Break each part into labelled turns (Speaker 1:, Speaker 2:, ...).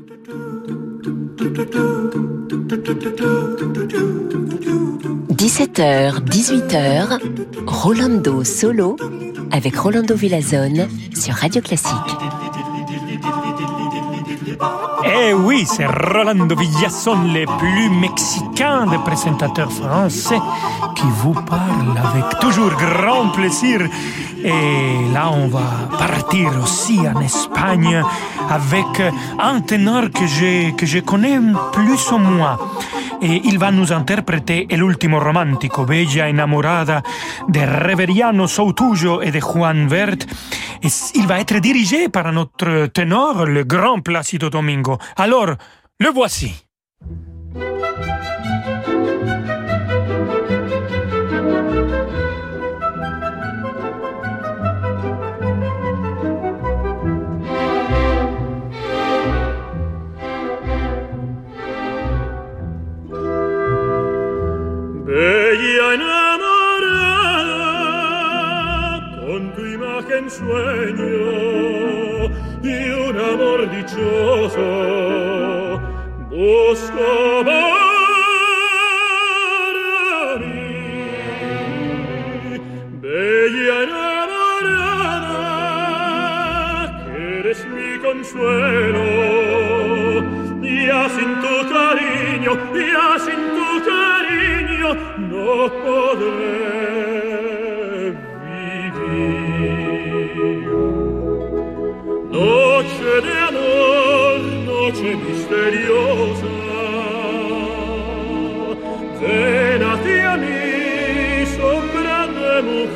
Speaker 1: 17h, 18h, Rolando Solo avec Rolando Villazone sur Radio Classique.
Speaker 2: Eh oui, c'est Rolando Villazone, le plus mexicain des présentateurs français, qui vous parle avec toujours grand plaisir. Et là, on va partir aussi en Espagne avec un ténor que je connais plus ou moins. Et il va nous interpréter El Último Romántico, Bella Enamorada, de Reveriano Soutujo et de Juan Vert. Et il va être dirigé par notre ténor, le grand Plácido Domingo. Alors, le voici.
Speaker 3: Bella enamorada, con tu imagen sueño y un amor dichoso, busco para mí. Bella enamorada, que eres mi consuelo, ya sin tu cariño, ya sin tu cariño, no podré vivir. Noche de amor, noche misteriosa, ven hacia mí, sombra de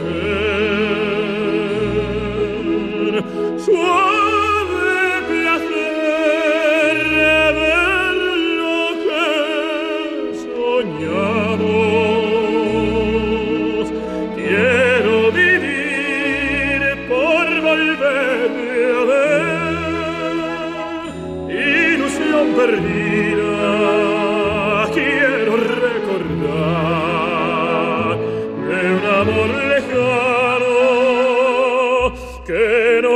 Speaker 3: mujer, suave placer de ver lo que soñamos. Quiero vivir por volverte a ver, ilusión perdida, quiero recordar de un amor lejano que no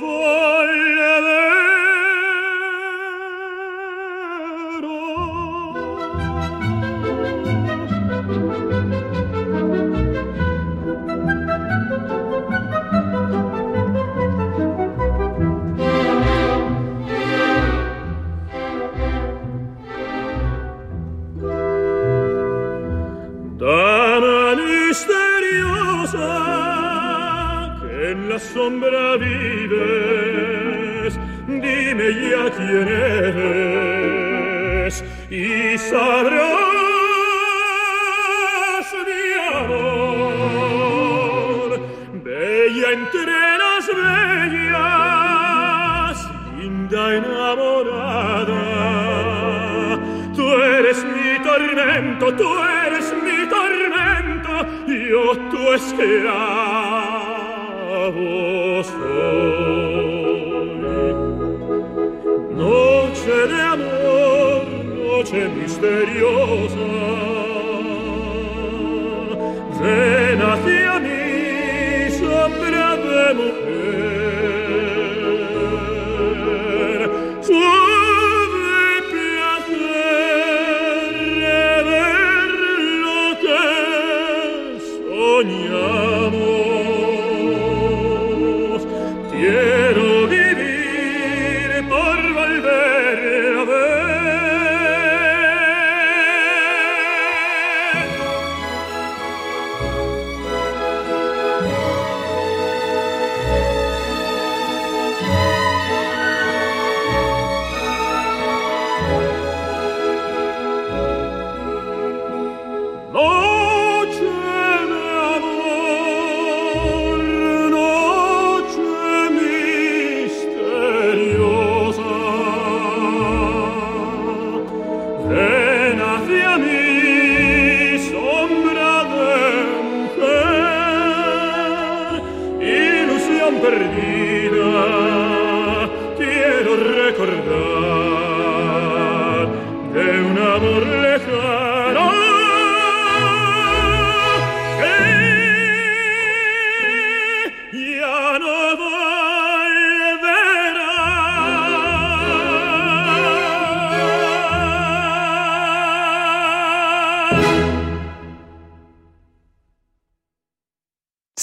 Speaker 3: sombra vives, dime ya quién eres y sabrás mi amor. Bella entre las bellas, linda enamorada, tú eres mi tormento, tú eres mi tormento, yo tu esclavo soy. Noche de amor, noche misteriosa, ven hacia mí, sombra de mujer, suave placer de ver lo que soñamos. Quiero vivir por volver a ver. Noche de amor, noche misteriosa.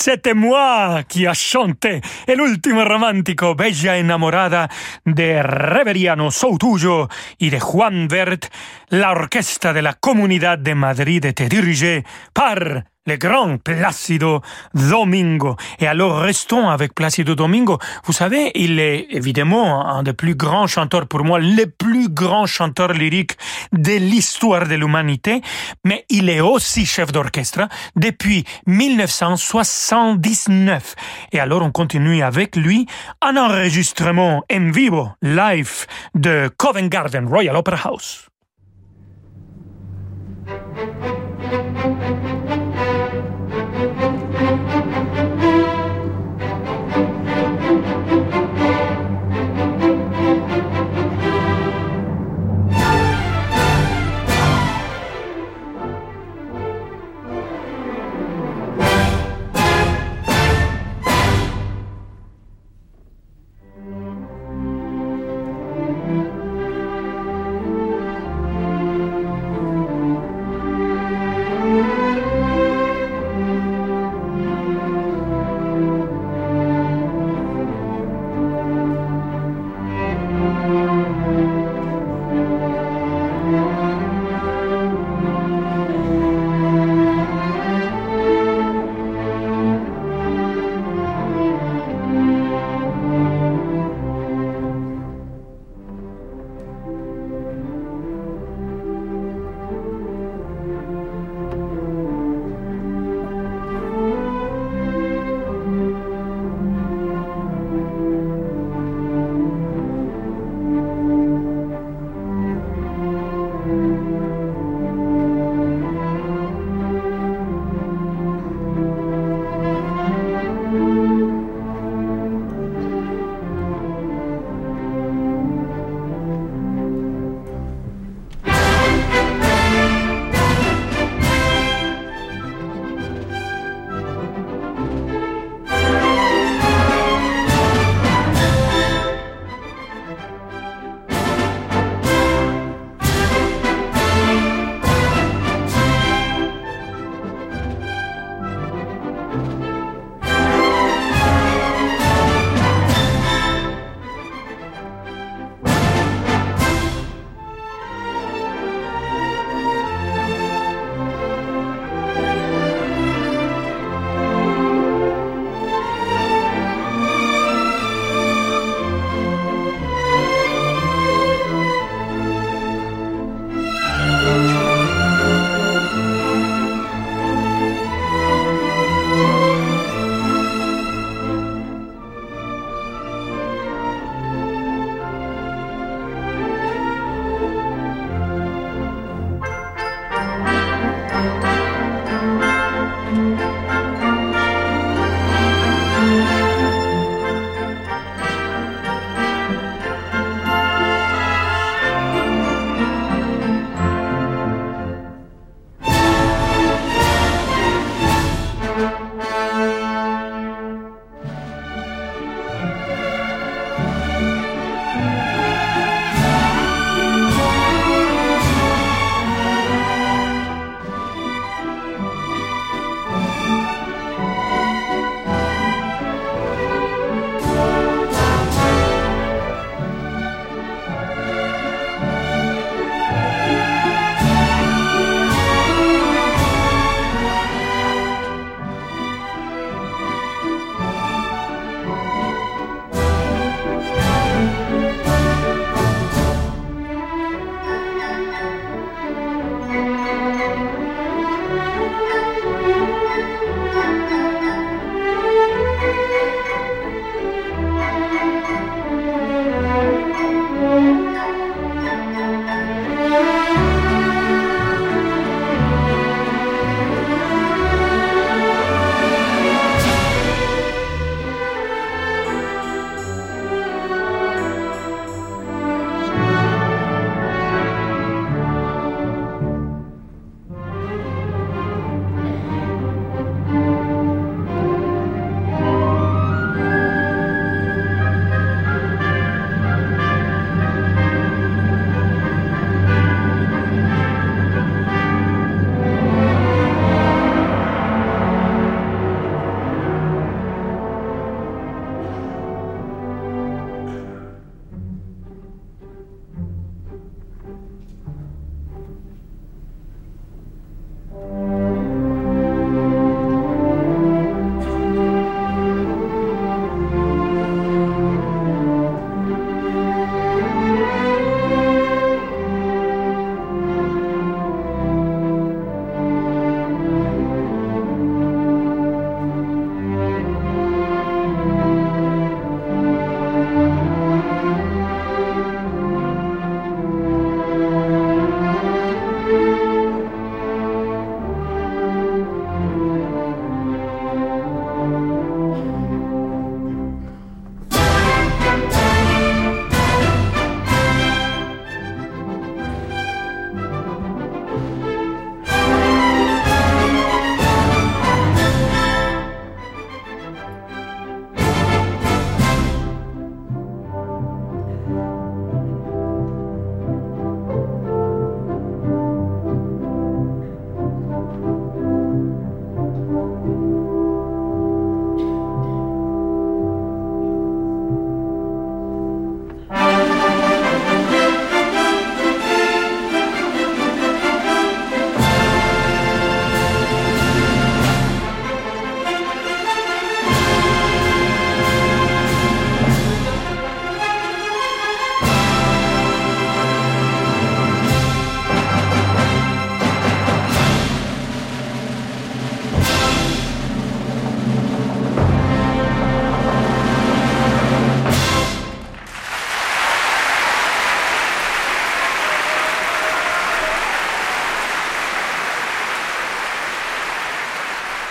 Speaker 2: c'était moi qui a chanté el último romántico Bella Enamorada de Reveriano Soutujo y de Juan Vert, la orquesta de la Comunidad de Madrid était dirigée par le grand Plácido Domingo. Et alors, restons avec Plácido Domingo. Vous savez, il est évidemment un des plus grands chanteurs, pour moi, le plus grand chanteur lyrique de l'histoire de l'humanité, mais il est aussi chef d'orchestre depuis 1979. Et alors, on continue avec lui un enregistrement en vivo, live, de Covent Garden Royal Opera House.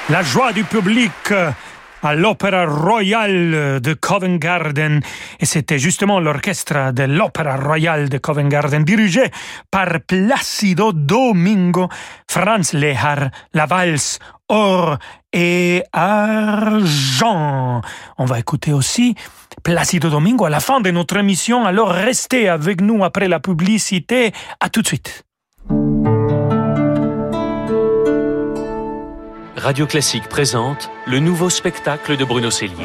Speaker 2: la joie du public à l'Opéra Royal de Covent Garden. Et c'était justement l'orchestre de l'Opéra Royal de Covent Garden, dirigé par Placido Domingo, Franz Lehár, la valse Or et Argent. On va écouter aussi Placido Domingo à la fin de notre émission. Alors restez avec nous après la publicité. À tout de suite.
Speaker 4: Radio Classique présente le nouveau spectacle de Bruno Cellier.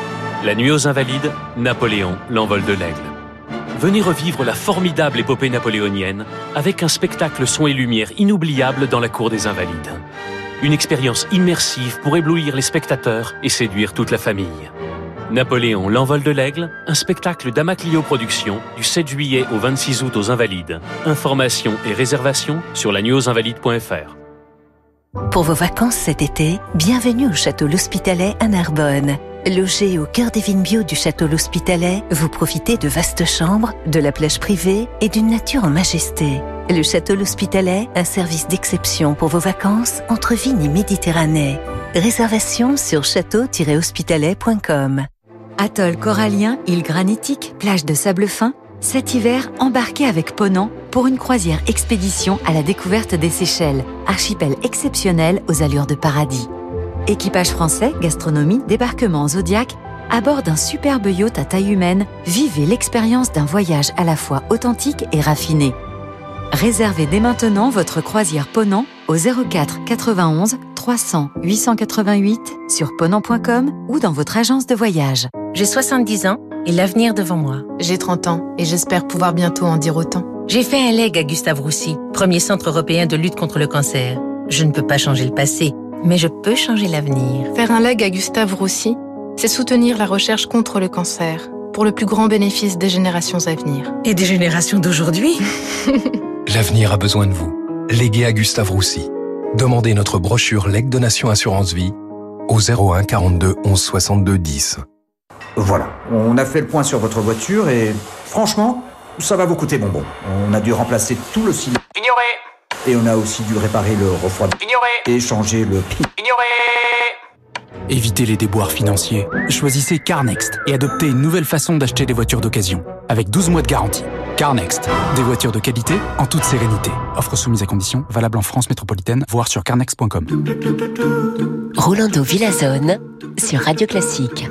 Speaker 4: La Nuit aux Invalides, Napoléon, l'envol de l'Aigle. Venez revivre la formidable épopée napoléonienne avec un spectacle son et lumière inoubliable dans la cour des Invalides. Une expérience immersive pour éblouir les spectateurs et séduire toute la famille. Napoléon, l'envol de l'Aigle, un spectacle d'Amaclio Productions du 7 juillet au 26 août aux Invalides. Informations et réservations sur lanuitosinvalides.fr.
Speaker 1: Pour vos vacances cet été, bienvenue au Château L'Hospitalet à Narbonne. Logé au cœur des vignes bio du Château L'Hospitalet, vous profitez de vastes chambres, de la plage privée et d'une nature en majesté. Le Château L'Hospitalet, un service d'exception pour vos vacances entre vignes et Méditerranée. Réservation sur château-hospitalet.com.
Speaker 5: Atoll corallien, île granitique, plage de sable fin. Cet hiver, embarquez avec Ponant pour une croisière expédition à la découverte des Seychelles, archipel exceptionnel aux allures de paradis. Équipage français, gastronomie, débarquement Zodiac, à bord d'un superbe yacht à taille humaine, vivez l'expérience d'un voyage à la fois authentique et raffiné. Réservez dès maintenant votre croisière Ponant au 04 91 300 888 sur ponant.com ou dans votre agence de voyage.
Speaker 6: J'ai 70 ans et l'avenir devant moi.
Speaker 7: J'ai 30 ans et j'espère pouvoir bientôt en dire autant.
Speaker 6: J'ai fait un leg à Gustave Roussy, premier centre européen de lutte contre le cancer. Je ne peux pas changer le passé, mais je peux changer l'avenir.
Speaker 7: Faire un leg à Gustave Roussy, c'est soutenir la recherche contre le cancer, pour le plus grand bénéfice des générations à venir.
Speaker 6: Et des générations d'aujourd'hui.
Speaker 8: L'avenir a besoin de vous. Léguez à Gustave Roussy. Demandez notre brochure Leg Donation Assurance Vie au 01 42 11 62 10.
Speaker 9: Voilà, on a fait le point sur votre voiture et franchement, ça va vous coûter bonbon. On a dû remplacer tout le cylindre.
Speaker 10: Ignoré.
Speaker 9: Et on a aussi dû réparer le refroidissement.
Speaker 10: Ignoré.
Speaker 9: Et changer le...
Speaker 10: Ignoré.
Speaker 11: Évitez les déboires financiers. Choisissez CarNext et adoptez une nouvelle façon d'acheter des voitures d'occasion. Avec 12 mois de garantie. CarNext, des voitures de qualité en toute sérénité. Offre soumise à conditions, valable en France métropolitaine, voire sur carnext.com.
Speaker 1: Rolando Villazone sur Radio Classique.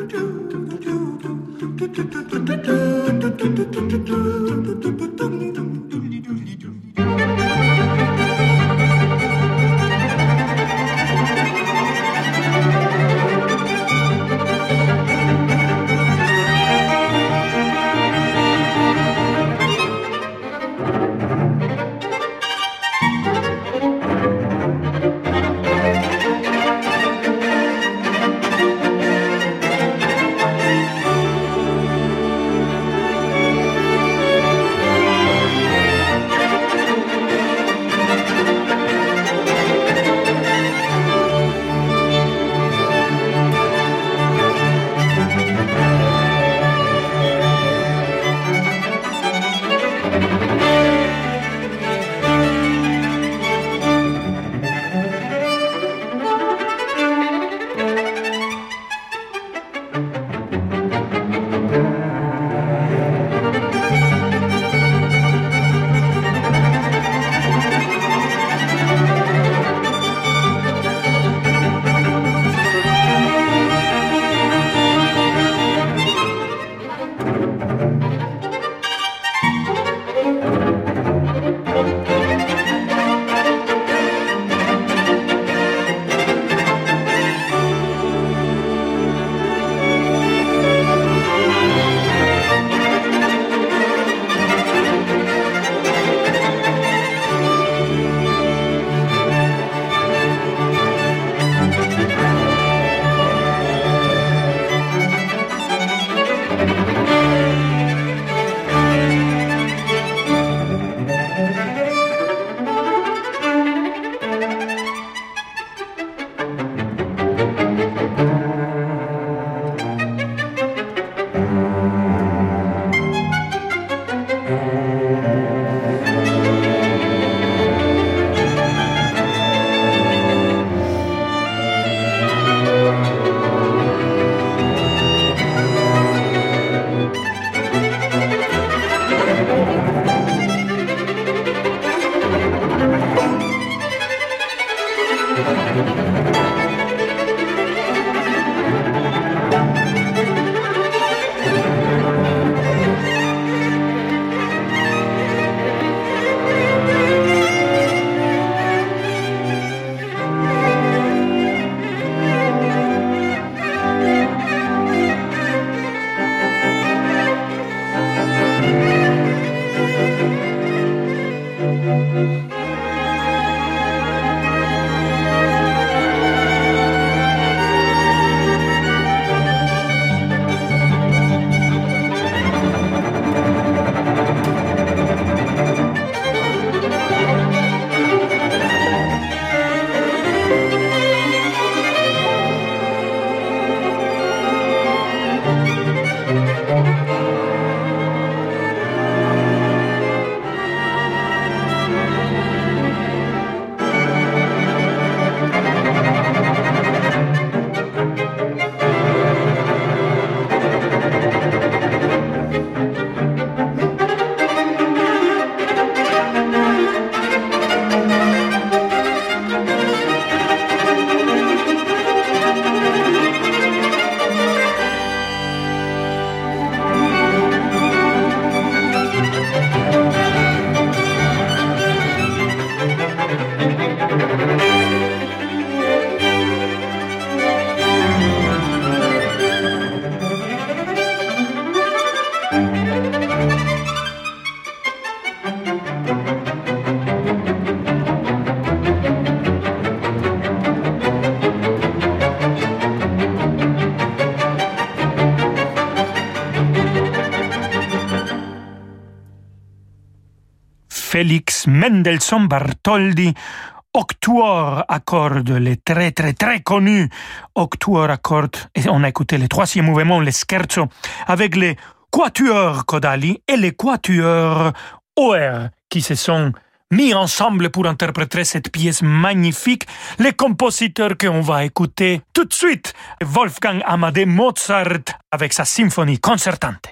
Speaker 2: Félix Mendelssohn Bartholdy, octuor accorde, les très très très connus octuor accorde. Et on a écouté le troisième mouvement, le scherzo, avec les quatuors Kodali et les quatuors OR qui se sont mis ensemble pour interpréter cette pièce magnifique. Les compositeurs qu'on va écouter tout de suite, Wolfgang Amadeus Mozart avec sa symphonie concertante.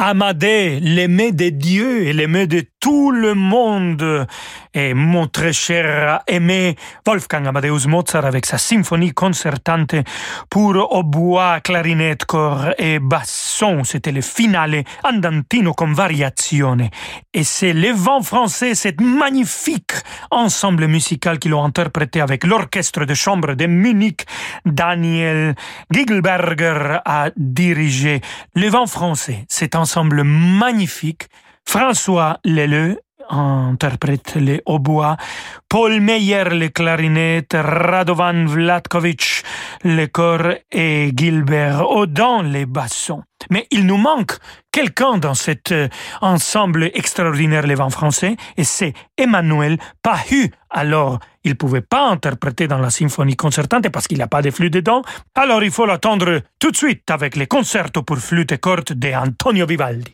Speaker 2: Amadée, l'aimé des dieux et l'aimé de tout le monde. Et mon très cher aimé Wolfgang Amadeus Mozart avec sa symphonie concertante pour hautbois, clarinette, cor et basson. C'était le finale andantino con variazione. Et c'est les Vents français, cet magnifique ensemble musical qu'ils ont interprété avec l'orchestre de chambre de Munich. Daniel Gigelberger a dirigé les Vents français. Cet ensemble magnifique. François Leleu interprète les hautbois, Paul Meyer les clarinettes, Radovan Vlatkovich les corps et Gilbert Audin les bassons. Mais il nous manque quelqu'un dans cet ensemble extraordinaire Les Vents français, et c'est Emmanuel Pahud. Alors, il ne pouvait pas interpréter dans la symphonie concertante parce qu'il n'y a pas de flûte dedans. Alors, il faut l'attendre tout de suite avec les concertos pour flûte et cordes d'Antonio Vivaldi.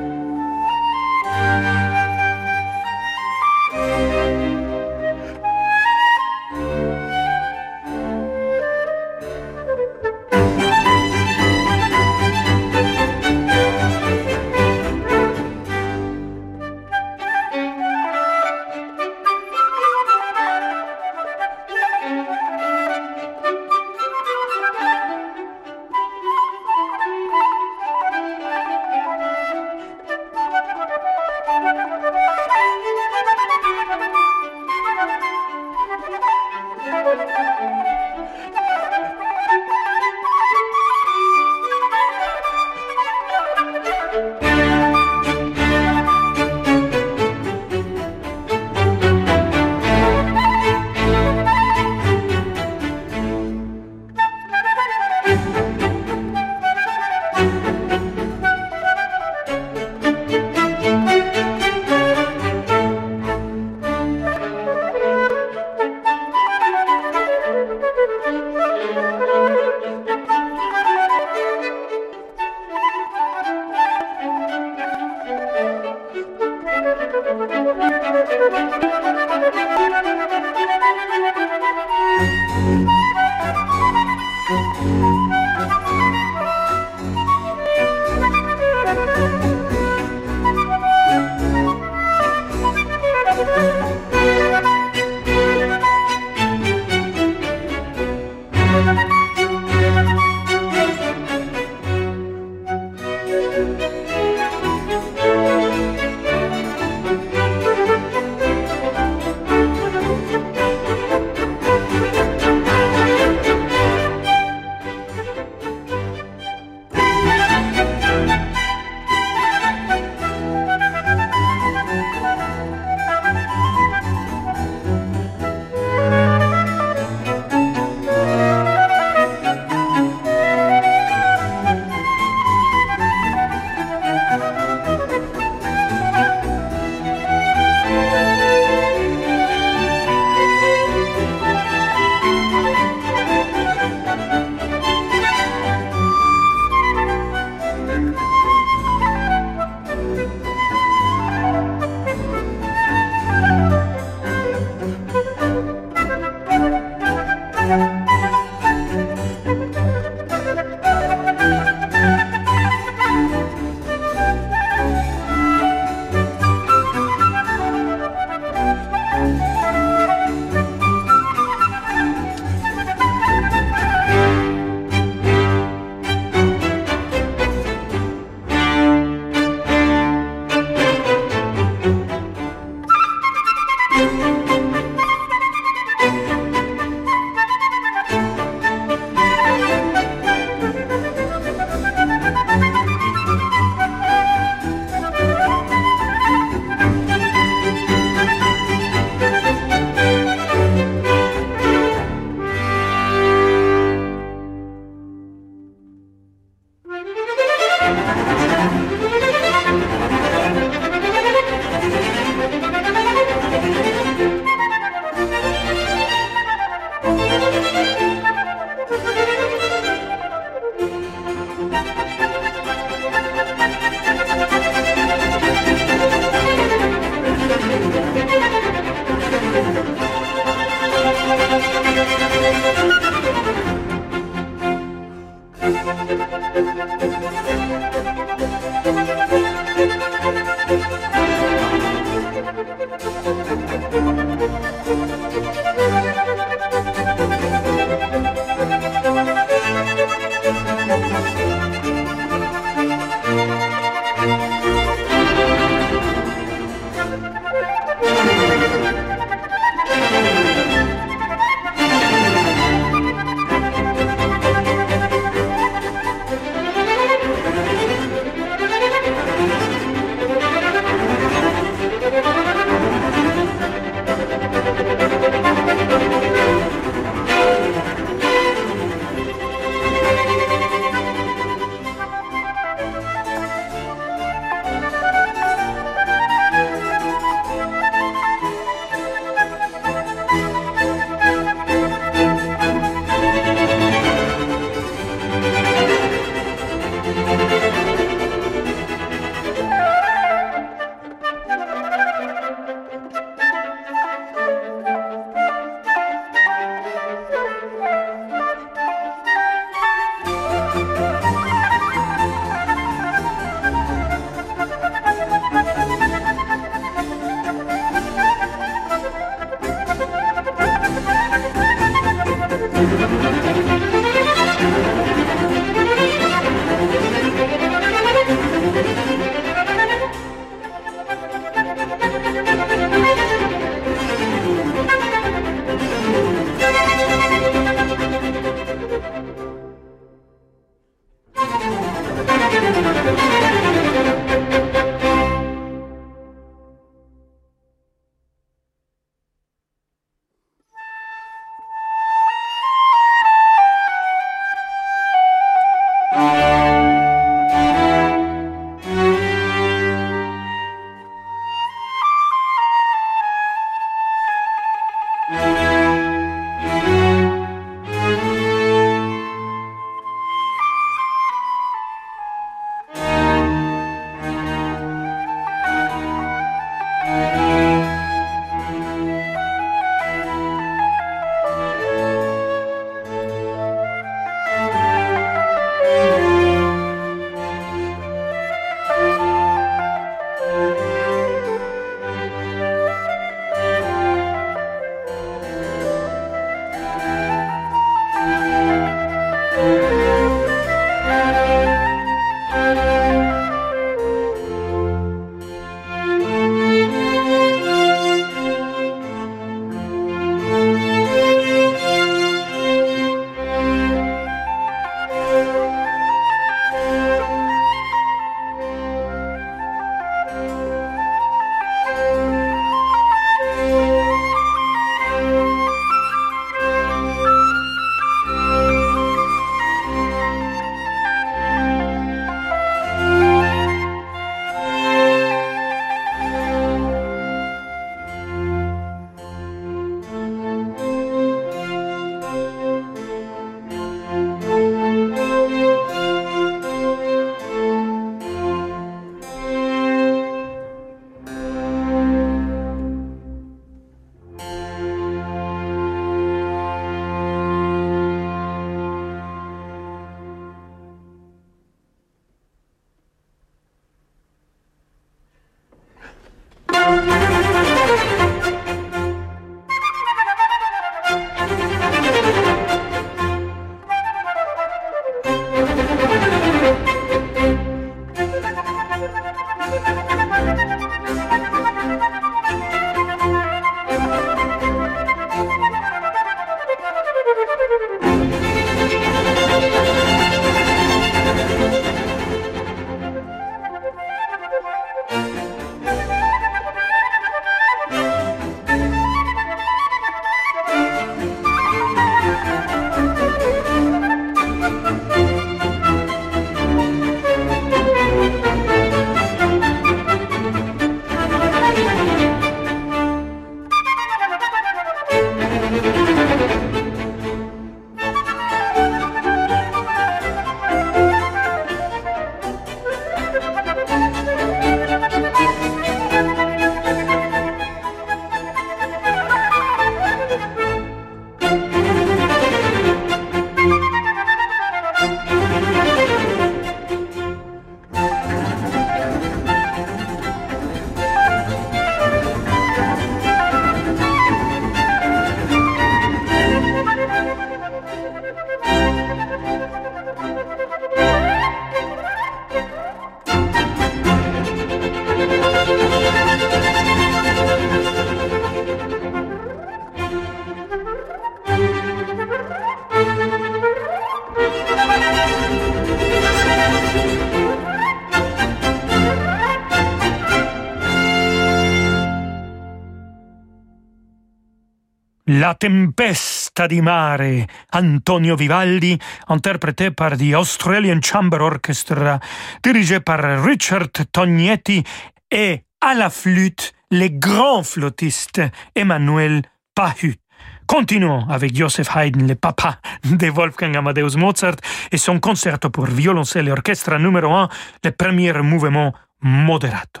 Speaker 2: La Tempesta di Mare, Antonio Vivaldi, interprété par the Australian Chamber Orchestra, dirigé par Richard Tognetti, et à la flûte, le grand flûtiste Emmanuel Pahut. Continuons avec Joseph Haydn, le papa de Wolfgang Amadeus Mozart, et son concerto pour violoncelle et orchestre numéro 1, le premier mouvement moderato.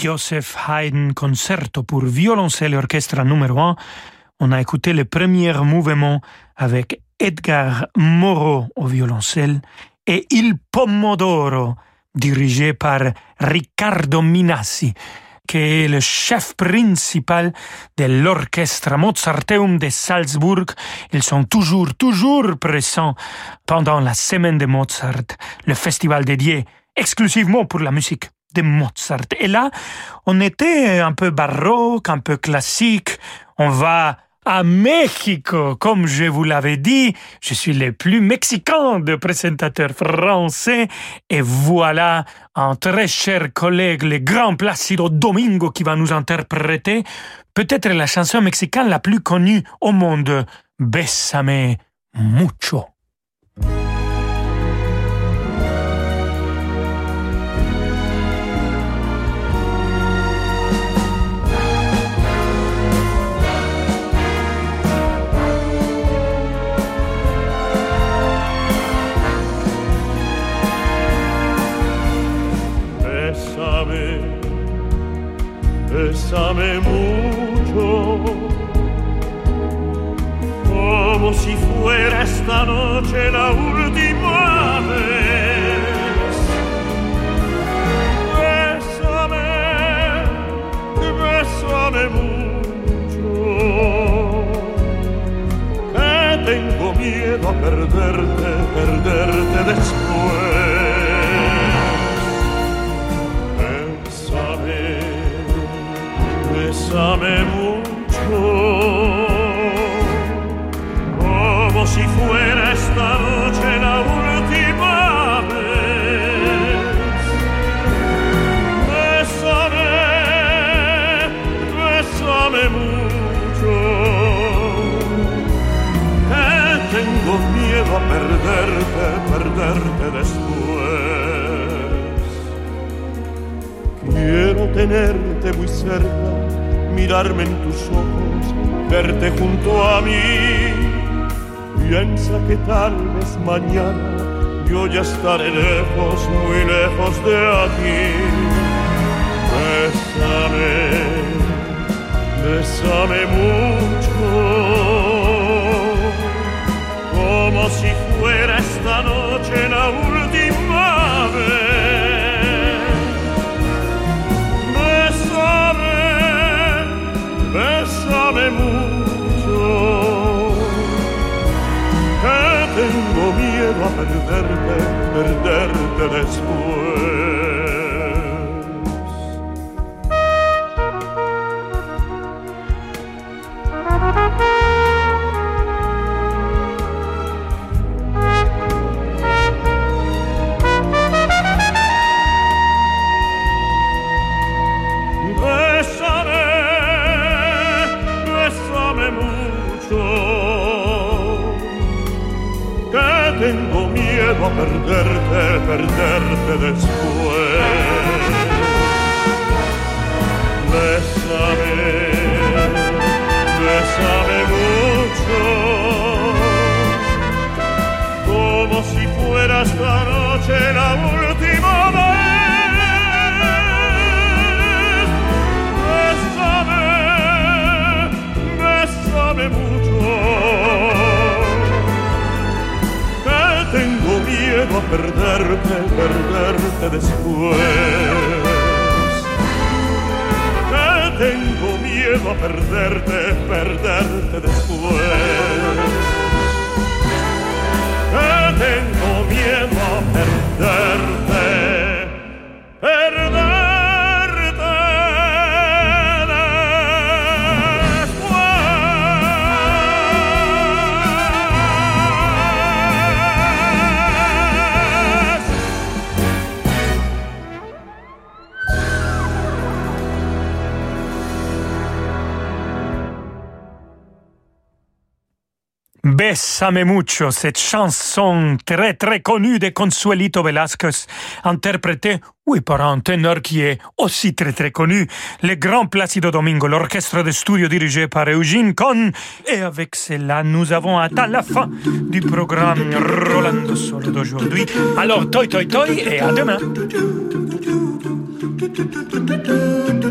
Speaker 2: Joseph Haydn Concerto pour violoncelle et orchestre numéro 1. On a écouté le premier mouvement avec Edgar Moreau au violoncelle et Il Pomodoro, dirigé par Riccardo Minassi, qui est le chef principal de l'orchestre Mozarteum de Salzbourg. Ils sont toujours présents pendant la semaine de Mozart, le festival dédié exclusivement pour la musique de Mozart. Et là, on était un peu baroque, un peu classique. On va à Mexico, comme je vous l'avais dit. Je suis le plus mexicain de présentateurs français. Et voilà un très cher collègue, le grand Plácido Domingo, qui va nous interpréter peut-être la chanson mexicaine la plus connue au monde, Bésame mucho.
Speaker 3: Bésame mucho, como si fuera esta noche la última vez. Bésame, bésame mucho, que tengo miedo a perderte después. Bésame mucho, como si fuera esta noche la última vez. Bésame, bésame mucho, que tengo miedo a perderte después. Quiero tenerte muy cerca, mirarme en tus ojos, verte junto a mí. Piensa que tal vez mañana yo ya estaré lejos, muy lejos de aquí. Bésame, bésame mucho, como si fuera esta noche la última vez. Bésame mucho, que tengo miedo a perderte después. Tengo miedo a perderte después. Bésame, bésame mucho, como si fuera esta noche la última vez. Bésame, bésame mucho, tengo miedo a perderte después. Que tengo miedo a perderte después. Que tengo miedo a perderte después.
Speaker 2: Bésame mucho, cette chanson très connue de Consuelito Velázquez, interprétée, oui, par un ténor qui est aussi très connu, le grand Plácido Domingo, l'orchestre de studio dirigé par Eugene Cohn. Et avec cela, nous avons atteint la fin du programme Rolando Solo d'aujourd'hui. Alors, toi et à demain.